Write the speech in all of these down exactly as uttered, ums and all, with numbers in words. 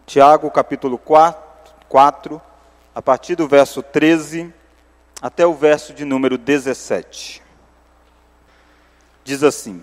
Tiago, capítulo quatro, a partir do verso treze até o verso de número dezessete. Diz assim: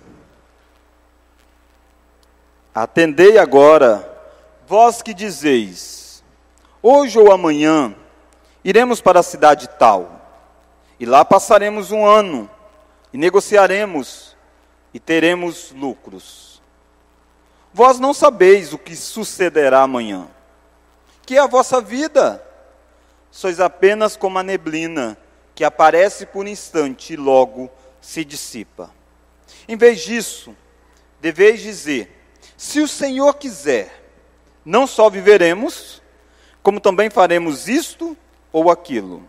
Atendei agora, vós que dizeis, hoje ou amanhã iremos para a cidade tal, e lá passaremos um ano, e negociaremos, e teremos lucros. Vós não sabeis o que sucederá amanhã. Que é a vossa vida? Sois apenas como a neblina, que aparece por instante e logo se dissipa. Em vez disso, deveis dizer, se o Senhor quiser, não só viveremos, como também faremos isto ou aquilo.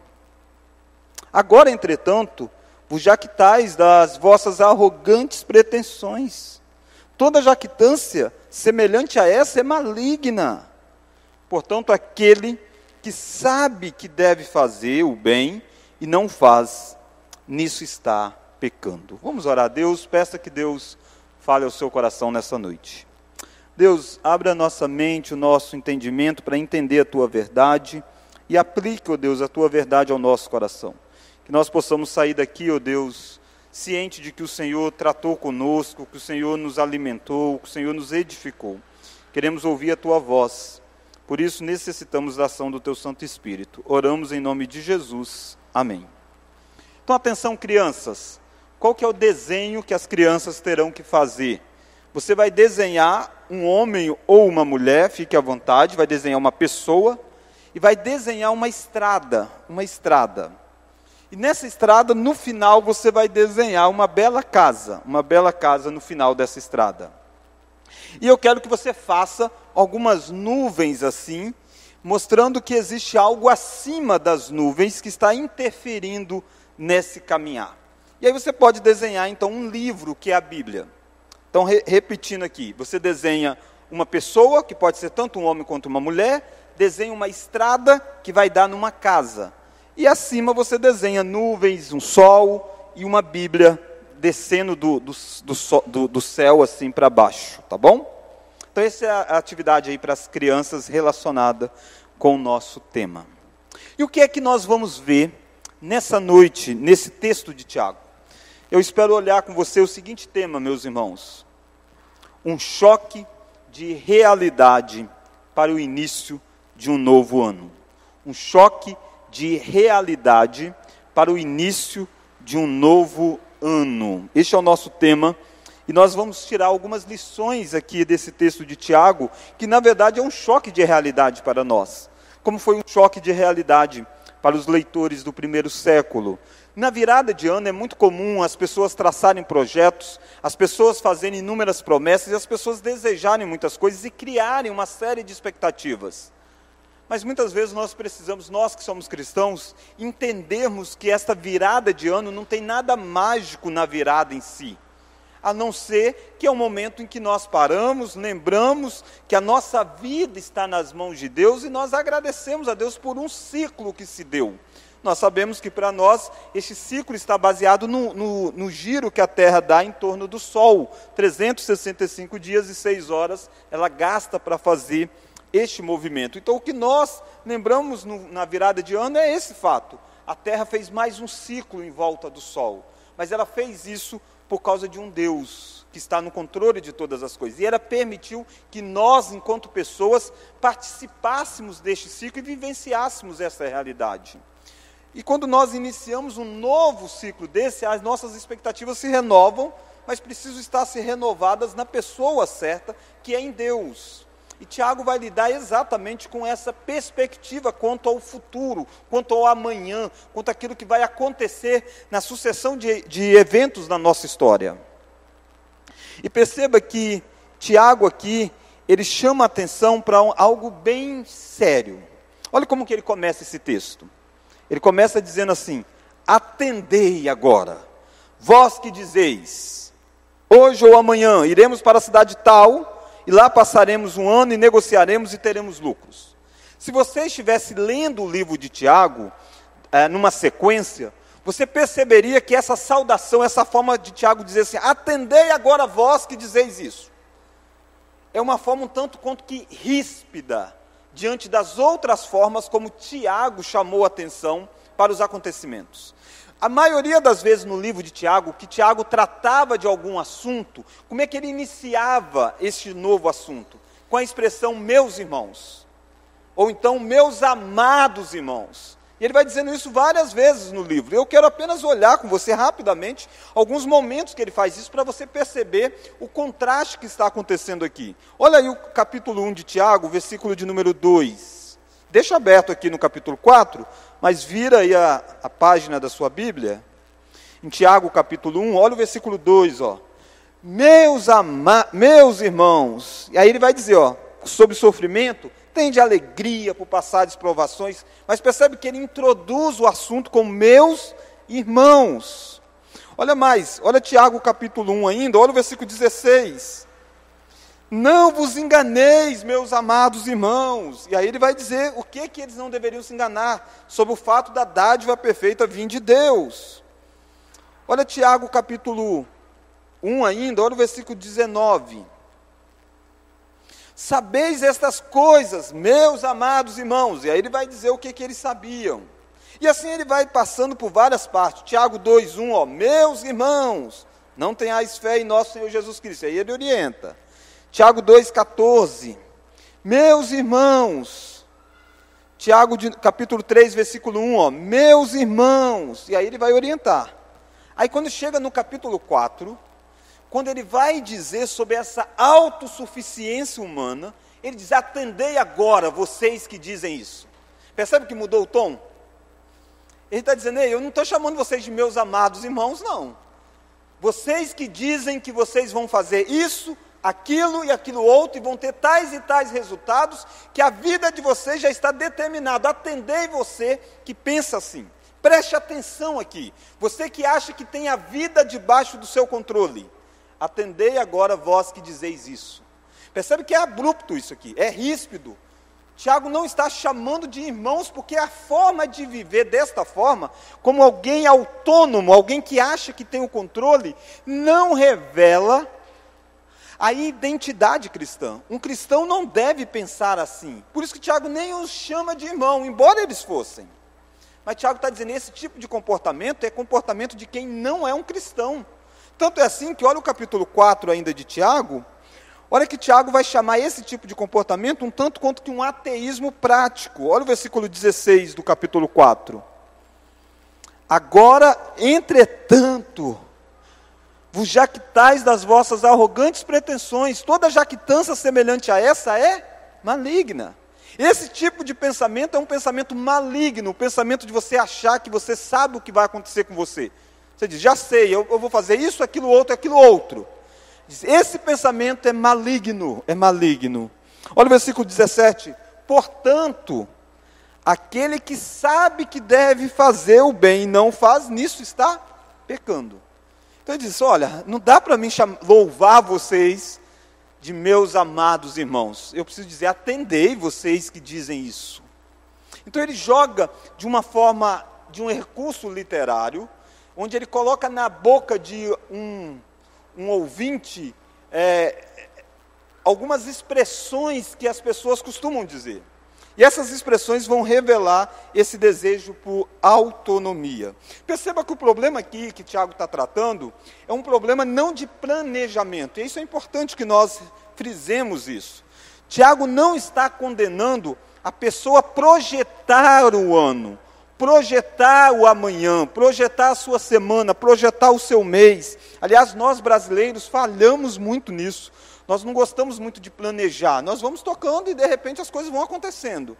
Agora, entretanto, vos jactais das vossas arrogantes pretensões. Toda jactância semelhante a essa é maligna. Portanto, aquele que sabe que deve fazer o bem e não faz, nisso está pecando. Vamos orar a Deus, peça que Deus fale ao seu coração nessa noite. Deus, abra a nossa mente, o nosso entendimento para entender a Tua verdade e aplique, ó Deus, a Tua verdade ao nosso coração. Que nós possamos sair daqui, ó Deus, ciente de que o Senhor tratou conosco, que o Senhor nos alimentou, que o Senhor nos edificou. Queremos ouvir a Tua voz, por isso necessitamos da ação do Teu Santo Espírito. Oramos em nome de Jesus. Amém. Então, atenção, crianças, qual que é o desenho que as crianças terão que fazer? Você vai desenhar um homem ou uma mulher, fique à vontade, vai desenhar uma pessoa e vai desenhar uma estrada, uma estrada. E nessa estrada, no final, você vai desenhar uma bela casa, uma bela casa no final dessa estrada. E eu quero que você faça algumas nuvens assim, mostrando que existe algo acima das nuvens que está interferindo nesse caminhar. E aí você pode desenhar, então, um livro, que é a Bíblia. Então, re- repetindo aqui, você desenha uma pessoa, que pode ser tanto um homem quanto uma mulher, desenha uma estrada que vai dar numa casa. E acima você desenha nuvens, um sol e uma Bíblia descendo do, do, do, do, do céu assim para baixo, tá bom? Então essa é a atividade aí para as crianças relacionada com o nosso tema. E o que é que nós vamos ver nessa noite, nesse texto de Tiago? Eu espero olhar com você o seguinte tema, meus irmãos. Um choque de realidade para o início de um novo ano. Um choque de realidade para o início de um novo ano. Este é o nosso tema, e nós vamos tirar algumas lições aqui desse texto de Tiago, que na verdade é um choque de realidade para nós, como foi um choque de realidade para os leitores do primeiro século. Na virada de ano é muito comum as pessoas traçarem projetos, as pessoas fazerem inúmeras promessas, e as pessoas desejarem muitas coisas e criarem uma série de expectativas. Mas muitas vezes nós precisamos, nós que somos cristãos, entendermos que esta virada de ano não tem nada mágico na virada em si, a não ser que é um momento em que nós paramos, lembramos que a nossa vida está nas mãos de Deus e nós agradecemos a Deus por um ciclo que se deu. Nós sabemos que para nós este ciclo está baseado no, no, no giro que a Terra dá em torno do Sol. trezentos e sessenta e cinco dias e seis horas ela gasta para fazer este movimento. Então o que nós lembramos no, na virada de ano é esse fato. A Terra fez mais um ciclo em volta do Sol, mas ela fez isso por causa de um Deus que está no controle de todas as coisas, e ela permitiu que nós, enquanto pessoas, participássemos deste ciclo e vivenciássemos essa realidade. E quando nós iniciamos um novo ciclo desse, as nossas expectativas se renovam, mas precisam estar se renovadas na pessoa certa, que é em Deus. E Tiago vai lidar exatamente com essa perspectiva quanto ao futuro, quanto ao amanhã, quanto àquilo que vai acontecer na sucessão de, de eventos na nossa história. E perceba que Tiago aqui, ele chama a atenção para um, algo bem sério. Olha como que ele começa esse texto. Ele começa dizendo assim: atendei agora, vós que dizeis, hoje ou amanhã iremos para a cidade tal, e lá passaremos um ano e negociaremos e teremos lucros. Se você estivesse lendo o livro de Tiago, é, numa sequência, você perceberia que essa saudação, essa forma de Tiago dizer assim, atendei agora vós que dizeis isso, é uma forma um tanto quanto que ríspida, diante das outras formas como Tiago chamou a atenção para os acontecimentos. A maioria das vezes no livro de Tiago, que Tiago tratava de algum assunto, como é que ele iniciava este novo assunto? Com a expressão meus irmãos, ou então meus amados irmãos. E ele vai dizendo isso várias vezes no livro. Eu quero apenas olhar com você rapidamente alguns momentos que ele faz isso para você perceber o contraste que está acontecendo aqui. Olha aí o capítulo um de Tiago, versículo de número dois. Deixa aberto aqui no capítulo quatro, mas vira aí a, a página da sua Bíblia. Em Tiago capítulo um, olha o versículo dois, ó. Meus, ama meus irmãos, e aí ele vai dizer, ó, sobre sofrimento, tende alegria por passares provações, mas percebe que ele introduz o assunto como meus irmãos. Olha mais, olha Tiago capítulo um ainda, olha o versículo dezesseis. Não vos enganeis, meus amados irmãos. E aí ele vai dizer o que, que eles não deveriam se enganar, sobre o fato da dádiva perfeita vir de Deus. Olha Tiago capítulo um ainda, olha o versículo dezenove. Sabeis estas coisas, meus amados irmãos. E aí ele vai dizer o que, que eles sabiam. E assim ele vai passando por várias partes. Tiago dois, um, ó, meus irmãos, não tenhais fé em nosso Senhor Jesus Cristo. Aí ele orienta. Tiago dois, quatorze, meus irmãos. Tiago de, capítulo três, versículo um, ó, meus irmãos. E aí ele vai orientar. Aí quando chega no capítulo quatro, quando ele vai dizer sobre essa autossuficiência humana, ele diz, atendei agora, vocês que dizem isso. Percebe que mudou o tom? Ele está dizendo, ei, eu não estou chamando vocês de meus amados irmãos, não. Vocês que dizem que vocês vão fazer isso, aquilo e aquilo outro, e vão ter tais e tais resultados, que a vida de vocês já está determinada. Atendei você que pensa assim. Preste atenção aqui. Você que acha que tem a vida debaixo do seu controle. Atendei agora vós que dizeis isso. Percebe que é abrupto isso aqui, é ríspido. Tiago não está chamando de irmãos, porque a forma de viver desta forma, como alguém autônomo, alguém que acha que tem o controle, não revela a identidade cristã. Um cristão não deve pensar assim. Por isso que Tiago nem os chama de irmão, embora eles fossem. Mas Tiago está dizendo, esse tipo de comportamento é comportamento de quem não é um cristão. Tanto é assim que, olha o capítulo quatro ainda de Tiago, olha que Tiago vai chamar esse tipo de comportamento um tanto quanto que um ateísmo prático. Olha o versículo dezesseis do capítulo quatro. Agora, entretanto, vos jactais das vossas arrogantes pretensões, toda jactância semelhante a essa é maligna. Esse tipo de pensamento é um pensamento maligno, o pensamento de você achar que você sabe o que vai acontecer com você. Você diz, já sei, eu, eu vou fazer isso, aquilo outro, aquilo outro. Diz, esse pensamento é maligno, é maligno. Olha o versículo dezessete. Portanto, aquele que sabe que deve fazer o bem e não faz, nisso está pecando. Então ele diz, olha, não dá para mim chamar, louvar vocês de meus amados irmãos. Eu preciso dizer, atendei vocês que dizem isso. Então ele joga de uma forma, de um recurso literário, onde ele coloca na boca de um, um ouvinte é, algumas expressões que as pessoas costumam dizer. E essas expressões vão revelar esse desejo por autonomia. Perceba que o problema aqui que Tiago está tratando é um problema não de planejamento. E isso é importante que nós frisemos isso. Tiago não está condenando a pessoa a projetar o ano, projetar o amanhã, projetar a sua semana, projetar o seu mês. Aliás, nós brasileiros falhamos muito nisso. Nós não gostamos muito de planejar. Nós vamos tocando e, de repente, as coisas vão acontecendo.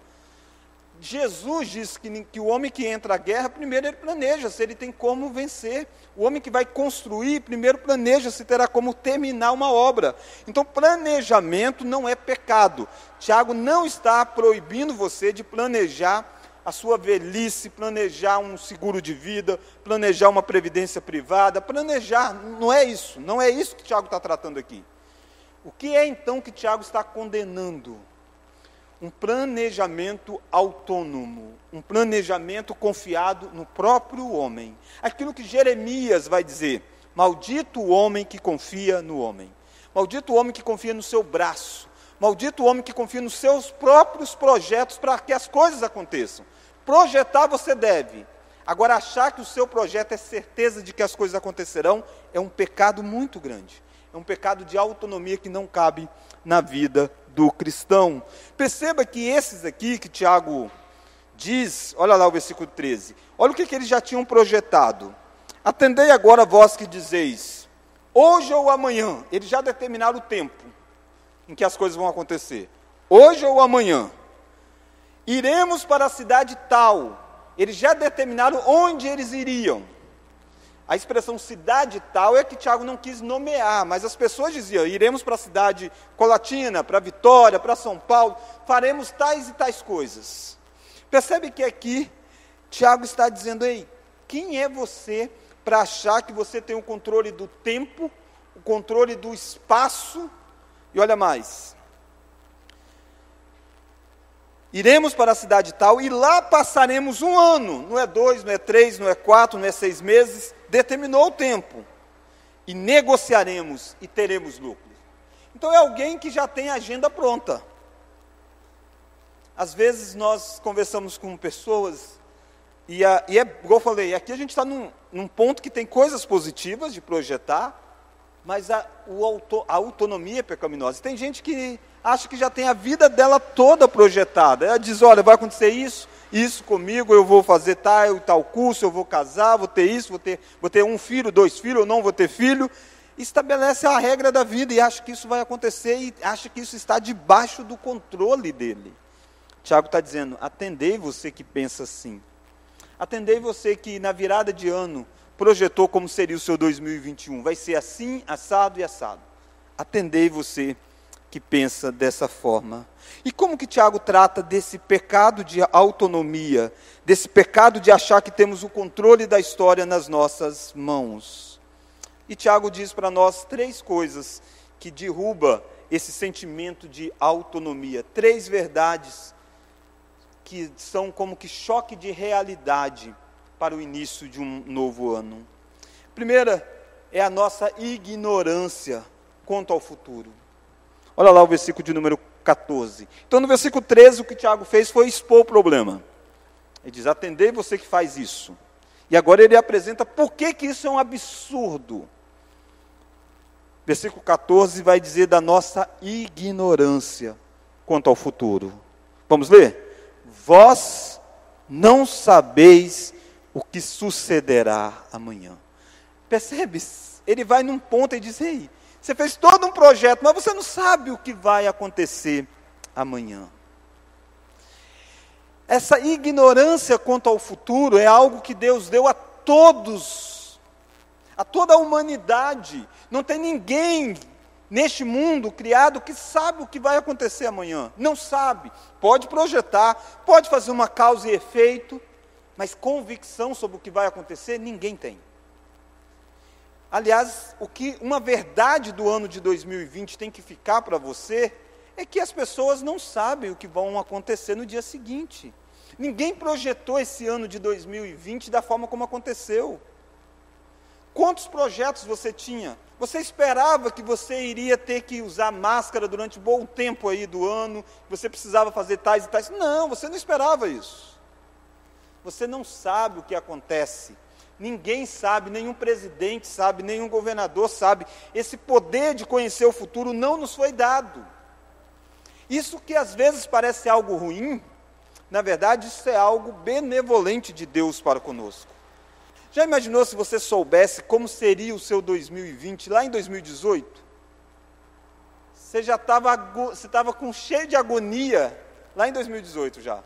Jesus diz que, que o homem que entra à guerra, primeiro ele planeja se ele tem como vencer. O homem que vai construir, primeiro planeja se terá como terminar uma obra. Então, planejamento não é pecado. Tiago não está proibindo você de planejar a sua velhice, planejar um seguro de vida, planejar uma previdência privada, planejar, não é isso, não é isso que Tiago está tratando aqui. O que é então que Tiago está condenando? Um planejamento autônomo, um planejamento confiado no próprio homem. Aquilo que Jeremias vai dizer, maldito o homem que confia no homem. Maldito o homem que confia no seu braço. Maldito o homem que confia nos seus próprios projetos para que as coisas aconteçam. Projetar você deve. Agora, achar que o seu projeto é certeza de que as coisas acontecerão é um pecado muito grande. É um pecado de autonomia que não cabe na vida do cristão. Perceba que esses aqui que Tiago diz, olha lá o versículo treze, olha o que, que eles já tinham projetado. Atendei agora vós que dizeis, hoje ou amanhã, eles já determinaram o tempo em que as coisas vão acontecer. Hoje ou amanhã, iremos para a cidade tal. Eles já determinaram onde eles iriam. A expressão cidade tal é que Tiago não quis nomear, mas as pessoas diziam, iremos para a cidade Colatina, para Vitória, para São Paulo, faremos tais e tais coisas. Percebe que aqui Tiago está dizendo, ei, quem é você para achar que você tem o controle do tempo, o controle do espaço? E olha mais, iremos para a cidade tal e lá passaremos um ano, não é dois, não é três, não é quatro, não é seis meses, determinou o tempo, e negociaremos e teremos lucro. Então é alguém que já tem a agenda pronta. Às vezes nós conversamos com pessoas, e, a, e é, igual eu falei, aqui a gente está num, num ponto que tem coisas positivas de projetar, mas a, o auto, a autonomia é pecaminosa. Tem gente que acha que já tem a vida dela toda projetada. Ela diz, olha, vai acontecer isso, isso comigo, eu vou fazer tal e tal curso, eu vou casar, vou ter isso, vou ter, vou ter um filho, dois filhos, ou não vou ter filho. Estabelece a regra da vida e acha que isso vai acontecer e acha que isso está debaixo do controle dele. Tiago está dizendo, atendei você que pensa assim. Atendei você que na virada de ano projetou como seria o seu dois mil e vinte e um. Vai ser assim, assado e assado. Atendei você que pensa dessa forma. E como que Tiago trata desse pecado de autonomia, desse pecado de achar que temos o controle da história nas nossas mãos? E Tiago diz para nós três coisas que derruba esse sentimento de autonomia. Três verdades que são como que choque de realidade para o início de um novo ano. Primeira é a nossa ignorância quanto ao futuro. Olha lá o versículo de número catorze. Então, no versículo treze, o que Tiago fez foi expor o problema. Ele diz, atendei você que faz isso. E agora ele apresenta por que, que isso é um absurdo. Versículo catorze vai dizer da nossa ignorância quanto ao futuro. Vamos ler? Vós não sabeis o que sucederá amanhã. Percebe? Ele vai num ponto e diz, ei, você fez todo um projeto, mas você não sabe o que vai acontecer amanhã. Essa ignorância quanto ao futuro é algo que Deus deu a todos, a toda a humanidade. Não tem ninguém neste mundo criado que sabe o que vai acontecer amanhã. Não sabe. Pode projetar, pode fazer uma causa e efeito, mas convicção sobre o que vai acontecer, ninguém tem. Aliás, o que uma verdade do ano de dois mil e vinte tem que ficar para você, é que as pessoas não sabem o que vão acontecer no dia seguinte. Ninguém projetou esse ano de dois mil e vinte da forma como aconteceu. Quantos projetos você tinha? Você esperava que você iria ter que usar máscara durante um bom tempo aí do ano, você precisava fazer tais e tais. Não, você não esperava isso. Você não sabe o que acontece. Ninguém sabe, nenhum presidente sabe, nenhum governador sabe. Esse poder de conhecer o futuro não nos foi dado. Isso que às vezes parece algo ruim, na verdade isso é algo benevolente de Deus para conosco. Já imaginou se você soubesse como seria o seu dois mil e vinte lá em dois mil e dezoito? Você já estava você estava com cheio de agonia lá em dois mil e dezoito já.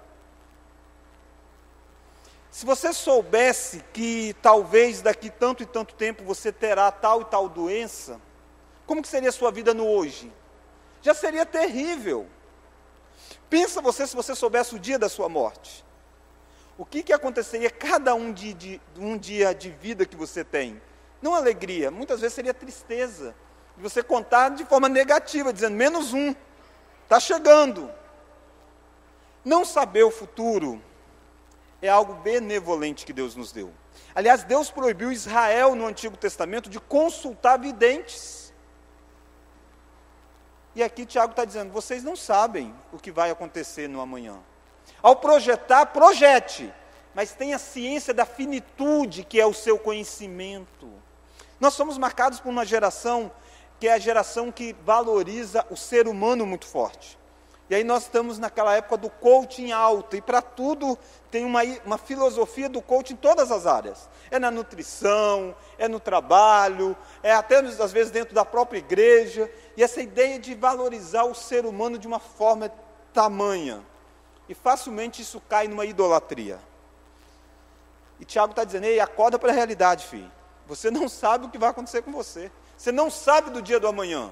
Se você soubesse que talvez daqui tanto e tanto tempo você terá tal e tal doença, como que seria a sua vida no hoje? Já seria terrível. Pensa você se você soubesse o dia da sua morte. O que, que aconteceria cada um, de, de, um dia de vida que você tem? Não alegria, muitas vezes seria tristeza. De você contar de forma negativa, dizendo, menos um, está chegando. Não saber o futuro é algo benevolente que Deus nos deu. Aliás, Deus proibiu Israel no Antigo Testamento de consultar videntes. E aqui Tiago está dizendo, vocês não sabem o que vai acontecer no amanhã. Ao projetar, projete, mas tenha ciência da finitude que é o seu conhecimento. Nós somos marcados por uma geração que é a geração que valoriza o ser humano muito forte. E aí nós estamos naquela época do coaching alto, e para tudo tem uma, uma filosofia do coaching em todas as áreas. É na nutrição, é no trabalho, é até às vezes dentro da própria igreja, e essa ideia de valorizar o ser humano de uma forma tamanha. E facilmente isso cai numa idolatria. E Tiago está dizendo, ei, acorda para a realidade, filho. Você não sabe o que vai acontecer com você. Você não sabe do dia do amanhã.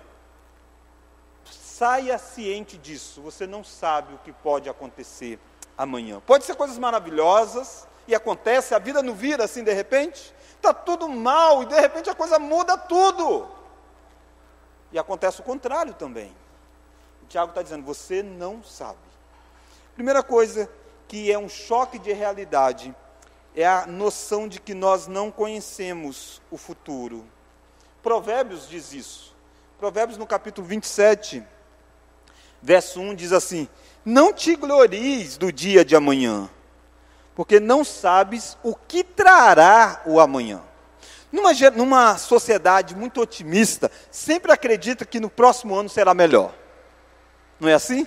Saia ciente disso, você não sabe o que pode acontecer amanhã. Pode ser coisas maravilhosas, e acontece, a vida não vira assim de repente, está tudo mal, e de repente a coisa muda tudo. E acontece o contrário também. O Tiago está dizendo, você não sabe. Primeira coisa que é um choque de realidade, é a noção de que nós não conhecemos o futuro. Provérbios diz isso. Provérbios no capítulo vinte e sete, verso um diz assim, não te glories do dia de amanhã, porque não sabes o que trará o amanhã. Numa, numa sociedade muito otimista, sempre acredita que no próximo ano será melhor. Não é assim?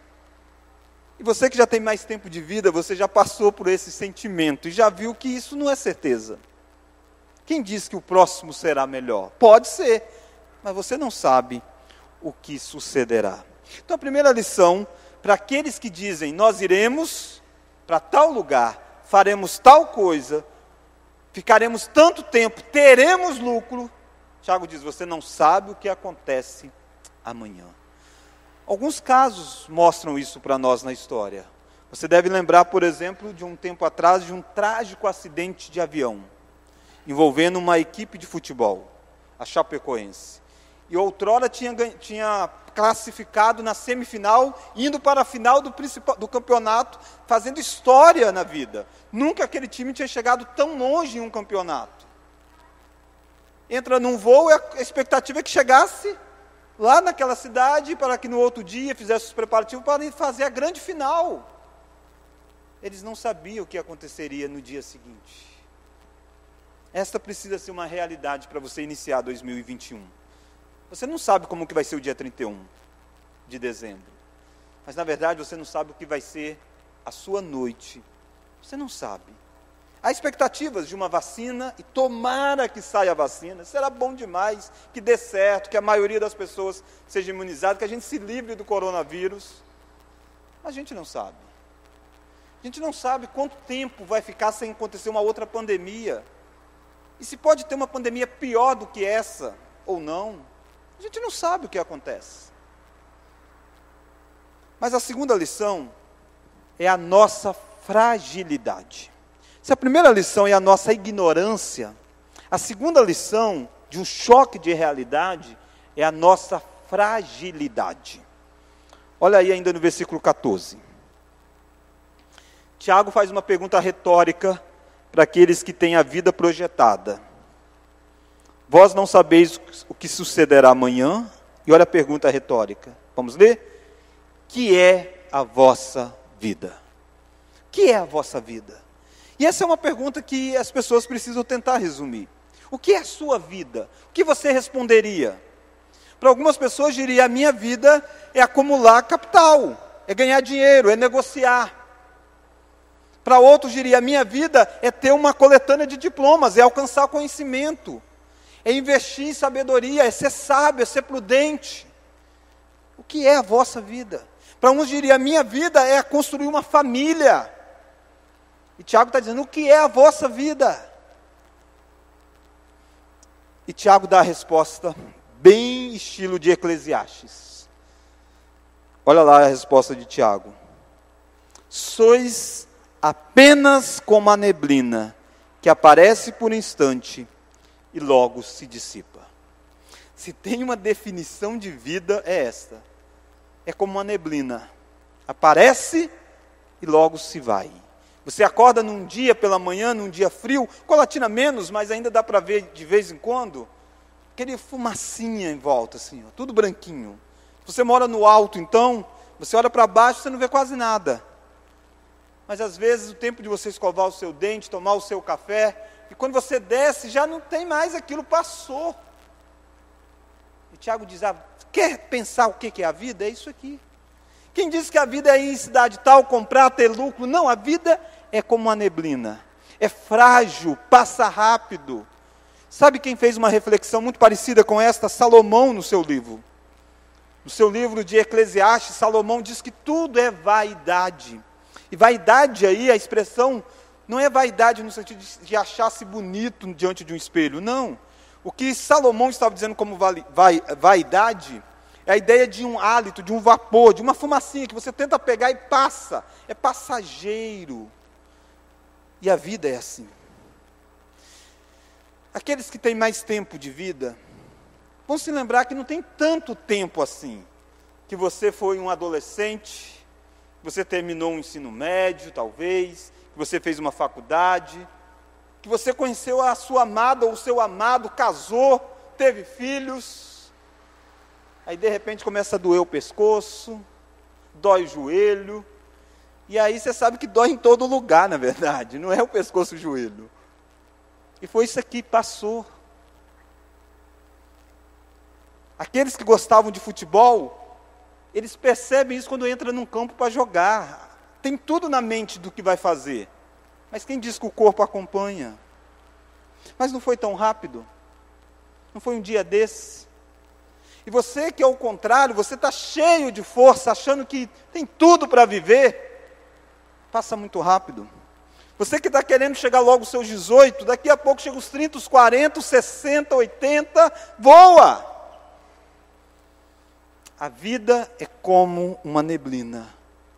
E você que já tem mais tempo de vida, você já passou por esse sentimento e já viu que isso não é certeza. Quem diz que o próximo será melhor? Pode ser, mas você não sabe o que sucederá. Então a primeira lição, para aqueles que dizem, nós iremos para tal lugar, faremos tal coisa, ficaremos tanto tempo, teremos lucro, Tiago diz, você não sabe o que acontece amanhã. Alguns casos mostram isso para nós na história. Você deve lembrar, por exemplo, de um tempo atrás, de um trágico acidente de avião, envolvendo uma equipe de futebol, a Chapecoense. E outrora tinha, tinha classificado na semifinal, indo para a final do, principal, do campeonato, fazendo história na vida. Nunca aquele time tinha chegado tão longe em um campeonato. Entra num voo e a expectativa é que chegasse lá naquela cidade, para que no outro dia fizesse os preparativos para fazer a grande final. Eles não sabiam o que aconteceria no dia seguinte. Esta precisa ser uma realidade para você iniciar dois mil e vinte e um. Você não sabe como que vai ser o dia trinta e um de dezembro. Mas, na verdade, você não sabe o que vai ser a sua noite. Você não sabe. Há expectativas de uma vacina, e tomara que saia a vacina. Será bom demais, que dê certo, que a maioria das pessoas seja imunizada, que a gente se livre do coronavírus. Mas a gente não sabe. A gente não sabe quanto tempo vai ficar sem acontecer uma outra pandemia. E se pode ter uma pandemia pior do que essa, ou não, a gente não sabe o que acontece. Mas a segunda lição é a nossa fragilidade. Se a primeira lição é a nossa ignorância, a segunda lição de um choque de realidade é a nossa fragilidade. Olha aí ainda no versículo catorze. Tiago faz uma pergunta retórica para aqueles que têm a vida projetada. Vós não sabeis o que sucederá amanhã? E olha a pergunta retórica. Vamos ler? Que é a vossa vida? Que é a vossa vida? E essa é uma pergunta que as pessoas precisam tentar resumir. O que é a sua vida? O que você responderia? Para algumas pessoas diria, a minha vida é acumular capital, é ganhar dinheiro, é negociar. Para outros diria, a minha vida é ter uma coletânea de diplomas, é alcançar conhecimento, é investir em sabedoria, é ser sábio, é ser prudente. O que é a vossa vida? Para uns diria, a minha vida é construir uma família. E Tiago está dizendo, o que é a vossa vida? E Tiago dá a resposta bem estilo de Eclesiastes. Olha lá a resposta de Tiago. Sois apenas como a neblina, que aparece por um instante e logo se dissipa. Se tem uma definição de vida, é esta. É como uma neblina. Aparece e logo se vai. Você acorda num dia pela manhã, num dia frio, Colatina menos, mas ainda dá para ver de vez em quando, aquele fumacinha em volta, assim, ó, tudo branquinho. Se você mora no alto, então, você olha para baixo, você não vê quase nada. Mas às vezes o tempo de você escovar o seu dente, tomar o seu café, e quando você desce, já não tem mais, aquilo passou. E Tiago diz, ah, quer pensar o que é a vida? É isso aqui. Quem diz que a vida é ir em cidade tal, comprar, ter lucro? Não, a vida é como uma neblina. É frágil, passa rápido. Sabe quem fez uma reflexão muito parecida com esta? Salomão, no seu livro. No seu livro de Eclesiastes, Salomão diz que tudo é vaidade. E vaidade aí, a expressão, não é vaidade no sentido de, de achar-se bonito diante de um espelho, não. O que Salomão estava dizendo como vai, vai, vaidade é a ideia de um hálito, de um vapor, de uma fumacinha que você tenta pegar e passa. É passageiro. E a vida é assim. Aqueles que têm mais tempo de vida, vão se lembrar que não tem tanto tempo assim. Que você foi um adolescente, que você terminou um ensino médio, talvez, que você fez uma faculdade, que você conheceu a sua amada ou o seu amado, casou, teve filhos. Aí de repente começa a doer o pescoço, dói o joelho, e aí você sabe que dói em todo lugar, na verdade, não é o pescoço e o joelho. E foi isso aqui, passou. Aqueles que gostavam de futebol, eles percebem isso quando entram num campo para jogar. Tem tudo na mente do que vai fazer. Mas quem diz que o corpo acompanha? Mas não foi tão rápido. Não foi um dia desse. E você que é o contrário, você está cheio de força, achando que tem tudo para viver, passa muito rápido. Você que está querendo chegar logo aos seus dezoito, daqui a pouco chega os trinta, os quarenta, os sessenta, oitenta, voa! A vida é como uma neblina.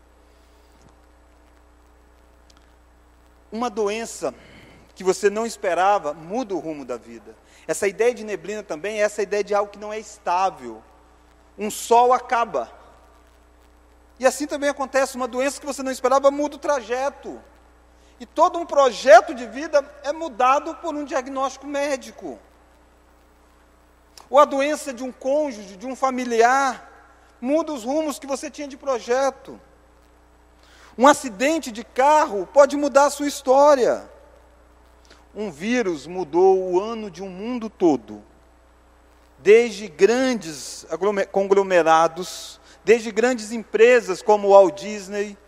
Uma doença que você não esperava muda o rumo da vida. Essa ideia de neblina também é essa ideia de algo que não é estável. Um sol acaba. E assim também acontece, uma doença que você não esperava muda o trajeto. E todo um projeto de vida é mudado por um diagnóstico médico. Ou a doença de um cônjuge, de um familiar, muda os rumos que você tinha de projeto. Um acidente de carro pode mudar a sua história. Um vírus mudou o ano de um mundo todo. Desde grandes conglomerados, desde grandes empresas como o Walt Disney.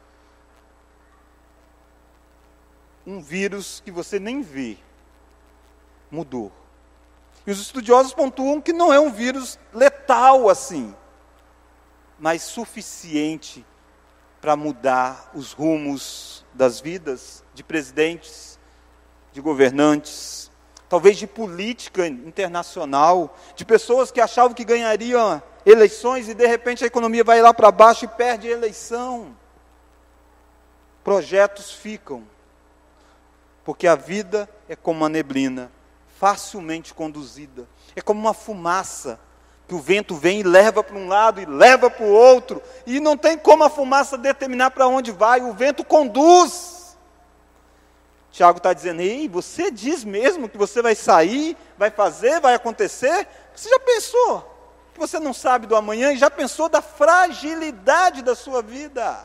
Um vírus que você nem vê, mudou. E os estudiosos pontuam que não é um vírus letal assim, mas suficiente para mudar os rumos das vidas de presidentes, de governantes, talvez de política internacional, de pessoas que achavam que ganhariam eleições e de repente a economia vai lá para baixo e perde a eleição. Projetos ficam, porque a vida é como uma neblina, facilmente conduzida, é como uma fumaça, que o vento vem e leva para um lado e leva para o outro, e não tem como a fumaça determinar para onde vai, o vento conduz. Tiago está dizendo, ei, você diz mesmo que você vai sair, vai fazer, vai acontecer? Você já pensou que você não sabe do amanhã e já pensou da fragilidade da sua vida?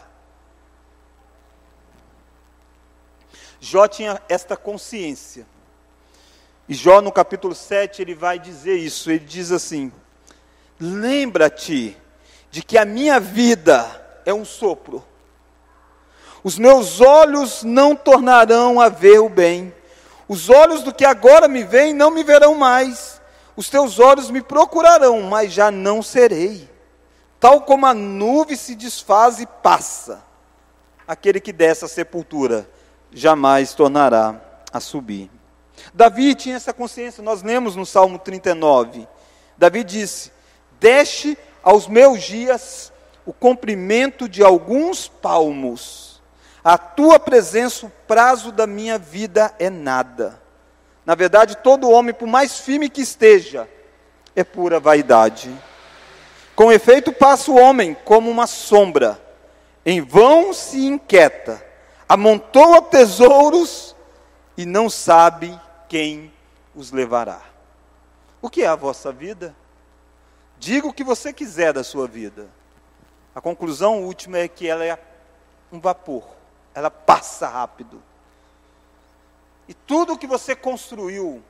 Jó tinha esta consciência. E Jó no capítulo sete ele vai dizer isso, ele diz assim, lembra-te de que a minha vida é um sopro. Os meus olhos não tornarão a ver o bem. Os olhos do que agora me veem não me verão mais. Os teus olhos me procurarão, mas já não serei. Tal como a nuvem se desfaz e passa, aquele que desce à sepultura jamais tornará a subir. Davi tinha essa consciência, nós lemos no Salmo trinta e nove. Davi disse, deixe aos meus dias o comprimento de alguns palmos. A tua presença, o prazo da minha vida é nada. Na verdade, todo homem, por mais firme que esteja, é pura vaidade. Com efeito, passa o homem como uma sombra. Em vão se inquieta. Amontoa tesouros e não sabe quem os levará. O que é a vossa vida? Diga o que você quiser da sua vida. A conclusão última é que ela é um vapor. Ela passa rápido. E tudo o que você construiu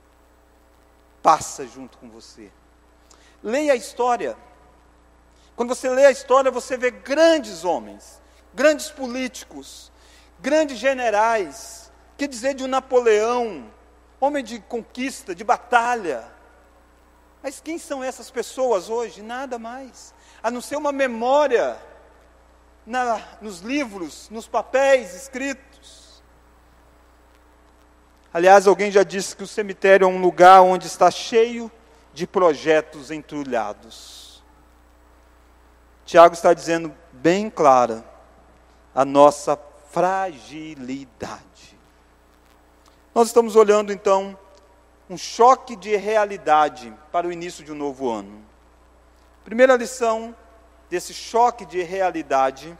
passa junto com você. Leia a história. Quando você lê a história, você vê grandes homens, grandes políticos, grandes generais. Que dizer de um Napoleão, homem de conquista, de batalha. Mas quem são essas pessoas hoje? Nada mais. A não ser uma memória na, nos livros, nos papéis escritos. Aliás, alguém já disse que o cemitério é um lugar onde está cheio de projetos entulhados. Tiago está dizendo bem clara a nossa fragilidade. Nós estamos olhando então um choque de realidade para o início de um novo ano. Primeira lição desse choque de realidade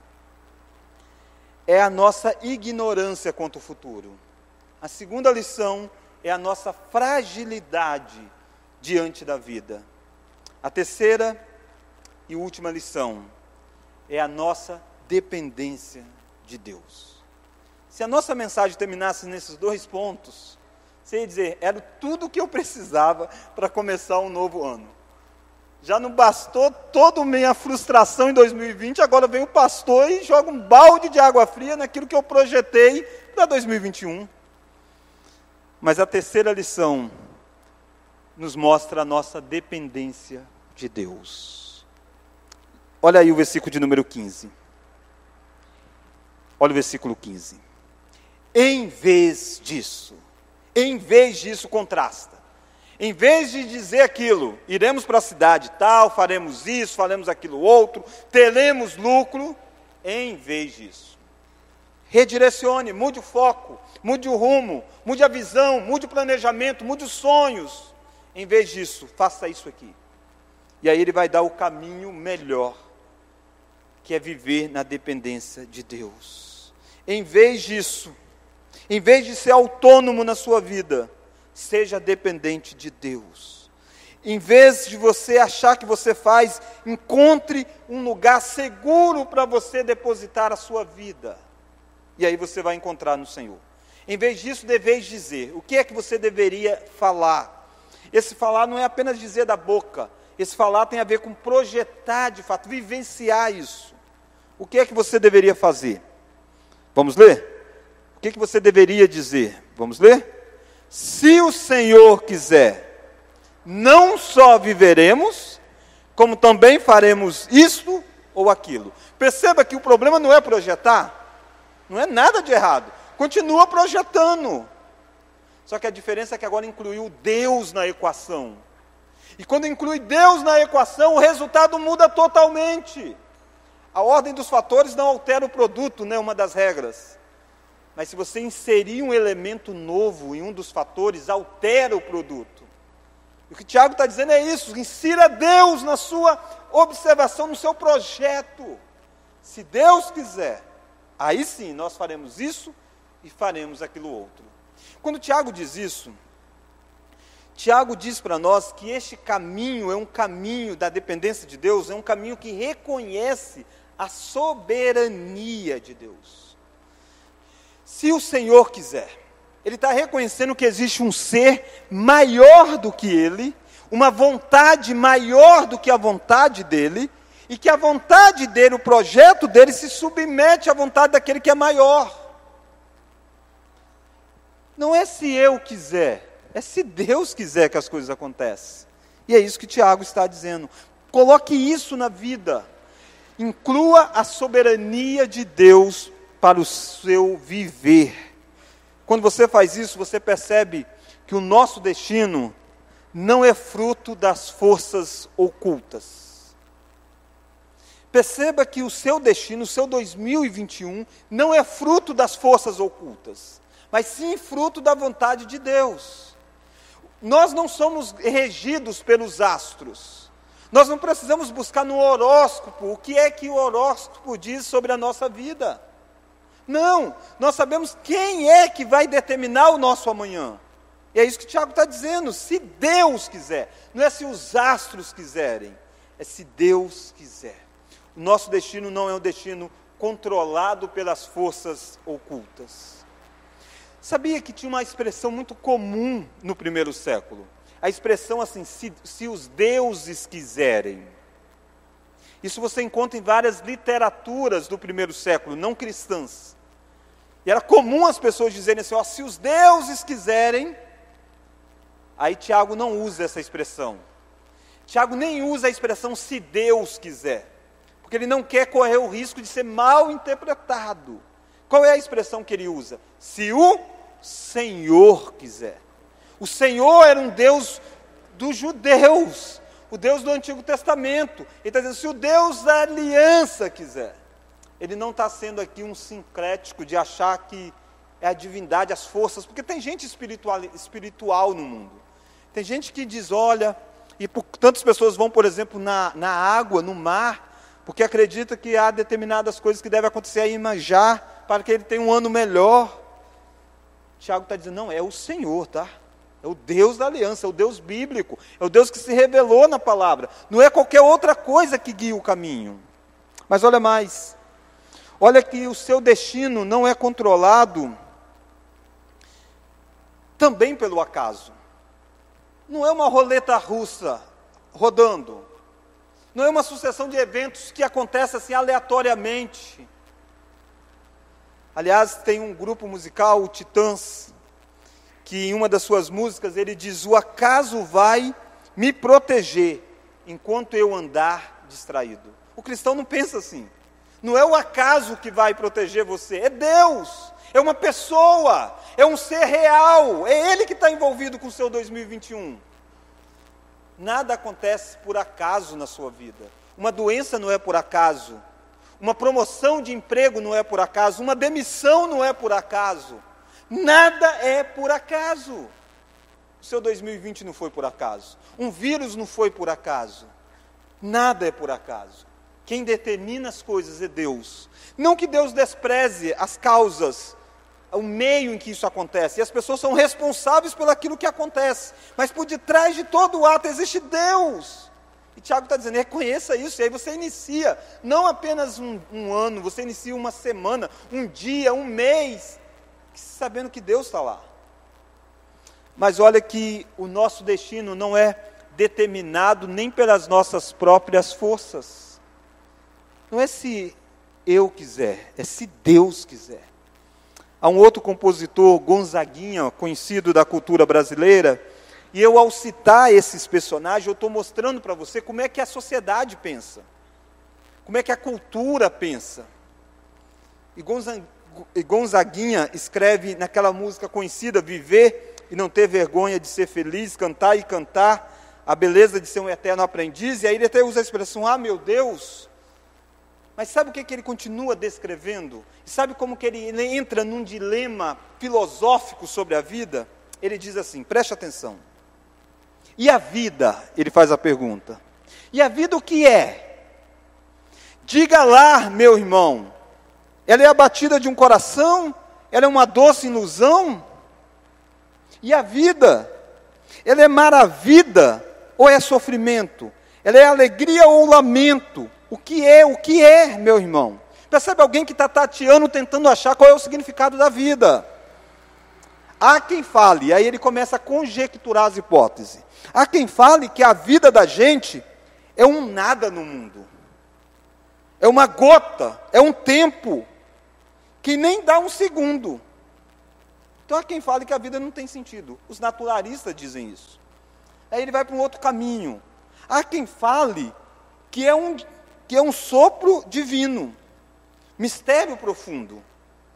é a nossa ignorância quanto ao futuro. A segunda lição é a nossa fragilidade diante da vida. A terceira e última lição é a nossa dependência de Deus. Se a nossa mensagem terminasse nesses dois pontos, você ia dizer, era tudo o que eu precisava para começar um novo ano. Já não bastou toda a minha frustração em dois mil e vinte, agora vem o pastor e joga um balde de água fria naquilo que eu projetei para dois mil e vinte e um. Mas a terceira lição nos mostra a nossa dependência de Deus. Olha aí o versículo de número quinze. Olha o versículo quinze. Em vez disso, em vez disso contrasta. Em vez de dizer aquilo, iremos para a cidade tal, faremos isso, faremos aquilo outro, teremos lucro, em vez disso. Redirecione, mude o foco, mude o rumo, mude a visão, mude o planejamento, mude os sonhos. Em vez disso, faça isso aqui. E aí ele vai dar o caminho melhor, que é viver na dependência de Deus. Em vez disso, em vez de ser autônomo na sua vida, seja dependente de Deus. Em vez de você achar que você faz, encontre um lugar seguro para você depositar a sua vida. E aí você vai encontrar no Senhor. Em vez disso, deveis dizer. O que é que você deveria falar? Esse falar não é apenas dizer da boca. Esse falar tem a ver com projetar de fato, vivenciar isso. O que é que você deveria fazer? Vamos ler? O que é que você deveria dizer? Vamos ler? Se o Senhor quiser, não só viveremos, como também faremos isto ou aquilo. Perceba que o problema não é projetar, não é nada de errado. Continua projetando. Só que a diferença é que agora incluiu Deus na equação. E quando inclui Deus na equação, o resultado muda totalmente. A ordem dos fatores não altera o produto, né? Uma das regras. Mas se você inserir um elemento novo em um dos fatores, altera o produto. E o que o Tiago está dizendo é isso, insira Deus na sua observação, no seu projeto. Se Deus quiser, aí sim nós faremos isso e faremos aquilo outro. Quando o Tiago diz isso, Tiago diz para nós que este caminho é um caminho da dependência de Deus, é um caminho que reconhece a soberania de Deus. Se o Senhor quiser, Ele está reconhecendo que existe um ser maior do que Ele, uma vontade maior do que a vontade dEle, e que a vontade dEle, o projeto dEle, se submete à vontade daquele que é maior. Não é se eu quiser, é se Deus quiser que as coisas aconteçam. E é isso que Tiago está dizendo. Coloque isso na vida. Inclua a soberania de Deus para o seu viver. Quando você faz isso, você percebe que o nosso destino não é fruto das forças ocultas. Perceba que o seu destino, o seu dois mil e vinte e um, não é fruto das forças ocultas, mas sim fruto da vontade de Deus. Nós não somos regidos pelos astros. Nós não precisamos buscar no horóscopo o que é que o horóscopo diz sobre a nossa vida. Não, nós sabemos quem é que vai determinar o nosso amanhã. E é isso que Tiago está dizendo, se Deus quiser. Não é se os astros quiserem, é se Deus quiser. O nosso destino não é um destino controlado pelas forças ocultas. Sabia que tinha uma expressão muito comum no primeiro século? A expressão assim, se, se os deuses quiserem. Isso você encontra em várias literaturas do primeiro século, não cristãs. E era comum as pessoas dizerem assim, ó, se os deuses quiserem. Aí Tiago não usa essa expressão. Tiago nem usa a expressão se Deus quiser. Porque ele não quer correr o risco de ser mal interpretado. Qual é a expressão que ele usa? Se o Senhor quiser. O Senhor era um Deus dos judeus, o Deus do Antigo Testamento. Ele está dizendo, se o Deus da aliança quiser. Ele não está sendo aqui um sincrético de achar que é a divindade, as forças, porque tem gente espiritual, espiritual no mundo. Tem gente que diz, olha, e por, tantas pessoas vão, por exemplo, na, na água, no mar, porque acredita que há determinadas coisas que devem acontecer aí em Iemanjá, para que ele tenha um ano melhor. Tiago está dizendo, não, é o Senhor, tá? É o Deus da aliança, é o Deus bíblico, é o Deus que se revelou na palavra. Não é qualquer outra coisa que guia o caminho. Mas olha mais, olha que o seu destino não é controlado também pelo acaso. Não é uma roleta russa rodando. Não é uma sucessão de eventos que acontece assim aleatoriamente. Aliás, tem um grupo musical, o Titãs, que em uma das suas músicas ele diz, o acaso vai me proteger enquanto eu andar distraído. O cristão não pensa assim. Não é o acaso que vai proteger você, é Deus, é uma pessoa, é um ser real, é Ele que está envolvido com o seu dois mil e vinte e um. Nada acontece por acaso na sua vida. Uma doença não é por acaso, uma promoção de emprego não é por acaso, uma demissão não é por acaso. Nada é por acaso. O seu dois mil e vinte não foi por acaso. Um vírus não foi por acaso. Nada é por acaso. Quem determina as coisas é Deus. Não que Deus despreze as causas, o meio em que isso acontece. E as pessoas são responsáveis por aquilo que acontece. Mas por detrás de todo o ato existe Deus. E Tiago está dizendo, reconheça isso. E aí você inicia, não apenas um, um ano, você inicia uma semana, um dia, um mês, sabendo que Deus está lá. Mas olha que o nosso destino não é determinado nem pelas nossas próprias forças. Não é se eu quiser, é se Deus quiser. Há um outro compositor, Gonzaguinha, conhecido da cultura brasileira, e eu ao citar esses personagens, eu estou mostrando para você como é que a sociedade pensa, como é que a cultura pensa. E Gonzaguinha, E Gonzaguinha escreve naquela música conhecida, viver e não ter vergonha de ser feliz, cantar e cantar, a beleza de ser um eterno aprendiz, e aí ele até usa a expressão, ah meu Deus, mas sabe o que, que ele continua descrevendo? Sabe como que ele, ele entra num dilema filosófico sobre a vida? Ele diz assim, preste atenção, e a vida, ele faz a pergunta, e a vida o que é? Diga lá, meu irmão, ela é a batida de um coração? Ela é uma doce ilusão? E a vida? Ela é maravilha ou é sofrimento? Ela é alegria ou lamento? O que é? O que é, meu irmão? Percebe alguém que está tateando, tentando achar qual é o significado da vida? Há quem fale, aí ele começa a conjecturar as hipóteses. Há quem fale que a vida da gente é um nada no mundo. É uma gota, é um tempo que nem dá um segundo. Então há quem fale que a vida não tem sentido. Os naturalistas dizem isso. Aí ele vai para um outro caminho. Há quem fale que é um, que é um sopro divino, mistério profundo.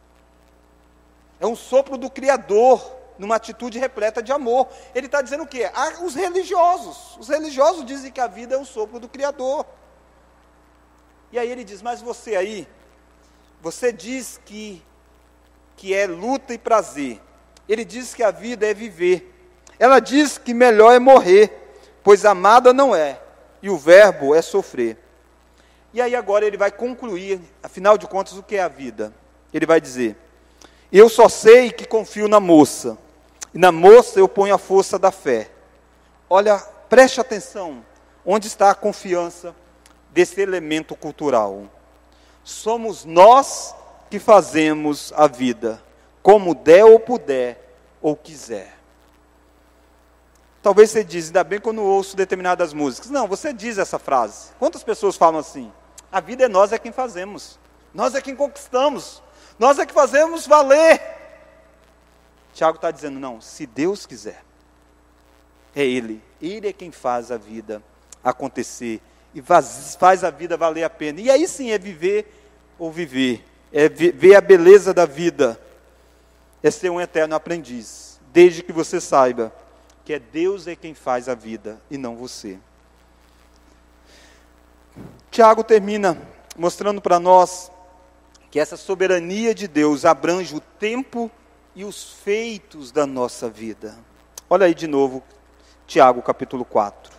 É um sopro do Criador, numa atitude repleta de amor. Ele está dizendo o quê? Ah, os religiosos. Os religiosos dizem que a vida é um sopro do Criador. E aí ele diz, mas você aí, você diz que, que é luta e prazer. Ele diz que a vida é viver. Ela diz que melhor é morrer, pois amada não é, e o verbo é sofrer. E aí agora ele vai concluir, afinal de contas, o que é a vida? Ele vai dizer, eu só sei que confio na moça, E na moça eu ponho a força da fé. Olha, preste atenção, onde está a confiança desse elemento cultural. Somos nós que fazemos a vida, como der ou puder, ou quiser. Talvez você diz, ainda bem que eu não ouço determinadas músicas. Não, você diz essa frase. Quantas pessoas falam assim? A vida é nós é quem fazemos. Nós é quem conquistamos. Nós é que fazemos valer. Tiago está dizendo, não, se Deus quiser, é Ele. Ele é quem faz a vida acontecer. E faz, faz a vida valer a pena. E aí sim é viver ou viver. É ver a beleza da vida. É ser um eterno aprendiz. Desde que você saiba que é Deus é quem faz a vida e não você. Tiago termina mostrando para nós que essa soberania de Deus abrange o tempo e os feitos da nossa vida. Olha aí de novo, Tiago capítulo quatro.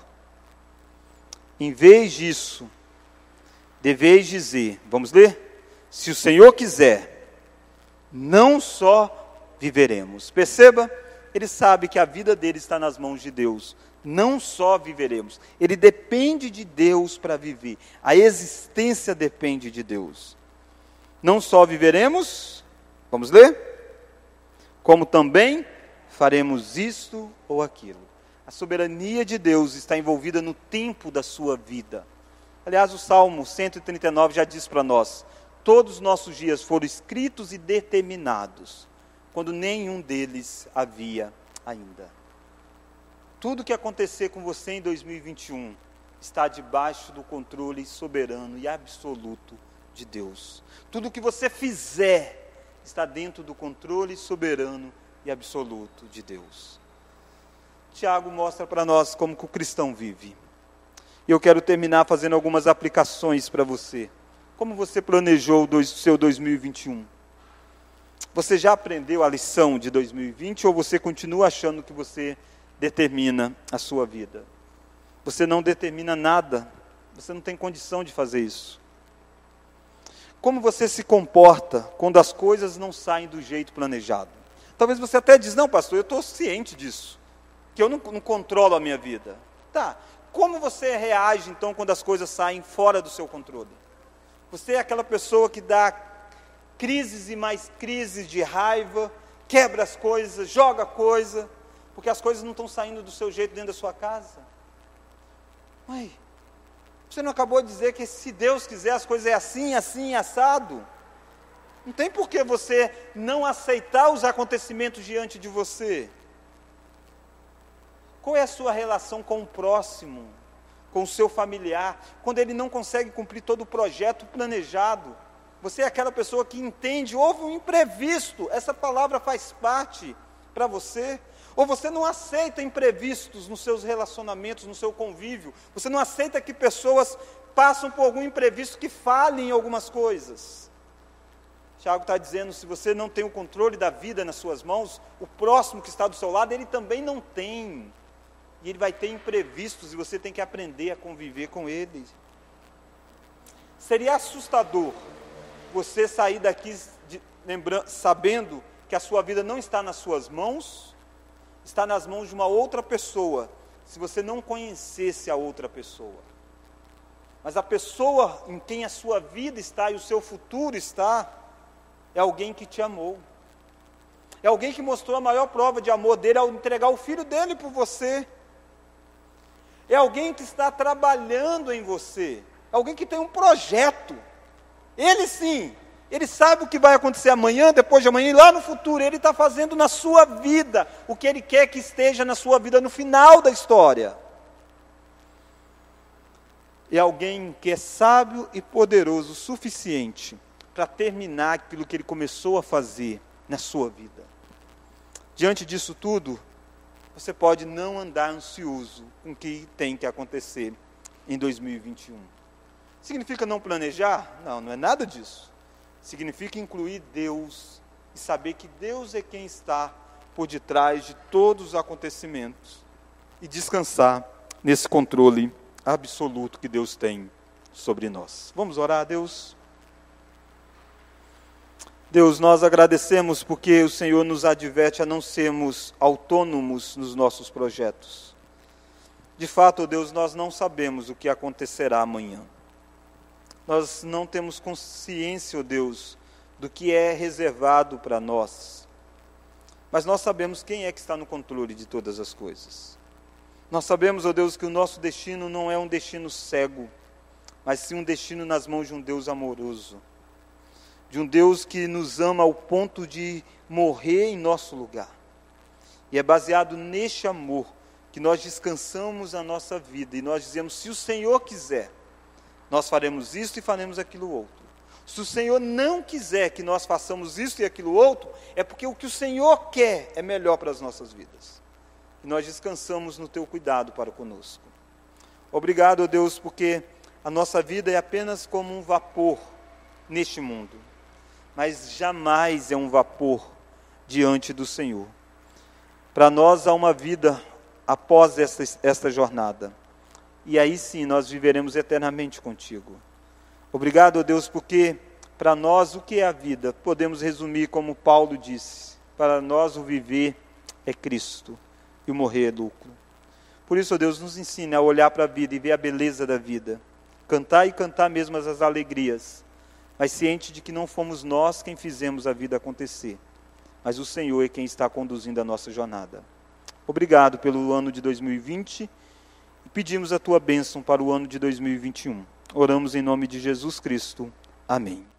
Em vez disso, deveis dizer, vamos ler? Se o Senhor quiser, não só viveremos. Perceba, ele sabe que a vida dele está nas mãos de Deus. Não só viveremos, ele depende de Deus para viver. A existência depende de Deus. Não só viveremos, vamos ler? Como também faremos isto ou aquilo. A soberania de Deus está envolvida no tempo da sua vida. Aliás, o Salmo cento e trinta e nove já diz para nós, todos os nossos dias foram escritos e determinados, quando nenhum deles havia ainda. Tudo que acontecer com você em dois mil e vinte e um está debaixo do controle soberano e absoluto de Deus. Tudo que você fizer está dentro do controle soberano e absoluto de Deus. Tiago mostra para nós como que o cristão vive. E eu quero terminar fazendo algumas aplicações para você. Como você planejou o seu dois mil e vinte e um? Você já aprendeu a lição de dois mil e vinte ou você continua achando que você determina a sua vida? Você não determina nada, você não tem condição de fazer isso. Como você se comporta quando as coisas não saem do jeito planejado? Talvez você até diz, não pastor, eu estou ciente disso, que eu não, não controlo a minha vida. Tá, como você reage então quando as coisas saem fora do seu controle? Você é aquela pessoa que dá crises e mais crises de raiva, quebra as coisas, joga coisa, porque as coisas não estão saindo do seu jeito dentro da sua casa? Mãe, você não acabou de dizer que se Deus quiser as coisas é assim, assim, assado? Não tem por que você não aceitar os acontecimentos diante de você. Qual é a sua relação com o próximo, com o seu familiar, quando ele não consegue cumprir todo o projeto planejado? Você é aquela pessoa que entende, houve um imprevisto, essa palavra faz parte para você? Ou você não aceita imprevistos nos seus relacionamentos, no seu convívio? Você não aceita que pessoas passam por algum imprevisto que falhem em algumas coisas? Tiago está dizendo, se você não tem o controle da vida nas suas mãos, o próximo que está do seu lado, ele também não tem. E ele vai ter imprevistos e você tem que aprender a conviver com eles. Seria assustador você sair daqui de, lembrando, sabendo que a sua vida não está nas suas mãos, está nas mãos de uma outra pessoa, se você não conhecesse a outra pessoa. Mas a pessoa em quem a sua vida está e o seu futuro está, é alguém que te amou. É alguém que mostrou a maior prova de amor dele ao entregar o filho dele por você. É alguém que está trabalhando em você. É alguém que tem um projeto. Ele sim, ele sabe o que vai acontecer amanhã, depois de amanhã, e lá no futuro, ele está fazendo na sua vida o que ele quer que esteja na sua vida no final da história. É alguém que é sábio e poderoso o suficiente para terminar aquilo que ele começou a fazer na sua vida. Diante disso tudo, você pode não andar ansioso com o que tem que acontecer em dois mil e vinte e um. Significa não planejar? Não, não é nada disso. Significa incluir Deus e saber que Deus é quem está por detrás de todos os acontecimentos e descansar nesse controle absoluto que Deus tem sobre nós. Vamos orar a Deus? Deus, nós agradecemos porque o Senhor nos adverte a não sermos autônomos nos nossos projetos. De fato, Deus, nós não sabemos o que acontecerá amanhã. Nós não temos consciência, ó Deus, do que é reservado para nós. Mas nós sabemos quem é que está no controle de todas as coisas. Nós sabemos, ó Deus, que o nosso destino não é um destino cego, mas sim um destino nas mãos de um Deus amoroso. De um Deus que nos ama ao ponto de morrer em nosso lugar. E é baseado neste amor que nós descansamos a nossa vida. E nós dizemos, se o Senhor quiser, nós faremos isso e faremos aquilo outro. Se o Senhor não quiser que nós façamos isso e aquilo outro, é porque o que o Senhor quer é melhor para as nossas vidas. E nós descansamos no teu cuidado para conosco. Obrigado, ó Deus, porque a nossa vida é apenas como um vapor neste mundo. Mas jamais é um vapor diante do Senhor. Para nós há uma vida após esta, esta jornada. E aí sim nós viveremos eternamente contigo. Obrigado, ó Deus, porque para nós o que é a vida? Podemos resumir como Paulo disse. Para nós o viver é Cristo e o morrer é lucro. Por isso, ó Deus, nos ensine a olhar para a vida e ver a beleza da vida. Cantar e cantar mesmo as alegrias. Mas ciente de que não fomos nós quem fizemos a vida acontecer, mas o Senhor é quem está conduzindo a nossa jornada. Obrigado pelo ano de dois mil e vinte e pedimos a tua bênção para o ano de dois mil e vinte e um. Oramos em nome de Jesus Cristo. Amém.